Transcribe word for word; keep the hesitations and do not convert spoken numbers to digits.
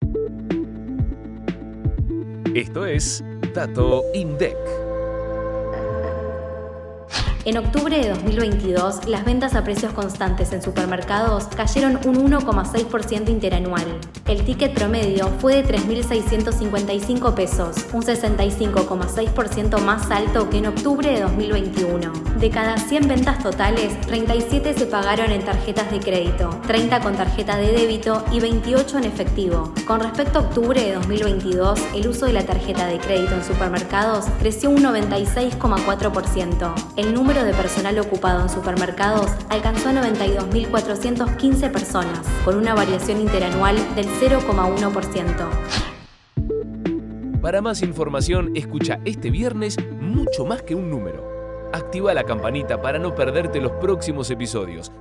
Esto es Dato INDEC. En octubre de dos mil veintidós, las ventas a precios constantes en supermercados cayeron un uno coma seis por ciento interanual. El ticket promedio fue de tres mil seiscientos cincuenta y cinco pesos, un sesenta y cinco coma seis por ciento más alto que en octubre de dos mil veintiuno. De cada cien ventas totales, treinta y siete se pagaron en tarjetas de crédito, treinta con tarjeta de débito y veintiocho en efectivo. Con respecto a octubre de dos mil veintidós, el uso de la tarjeta de crédito en supermercados creció un noventa y seis coma cuatro por ciento. El número de personal ocupado en supermercados alcanzó a noventa y dos mil cuatrocientas quince personas, con una variación interanual del cero coma uno por ciento. Para más información, escucha este viernes Mucho Más que un Número. Activa la campanita para no perderte los próximos episodios.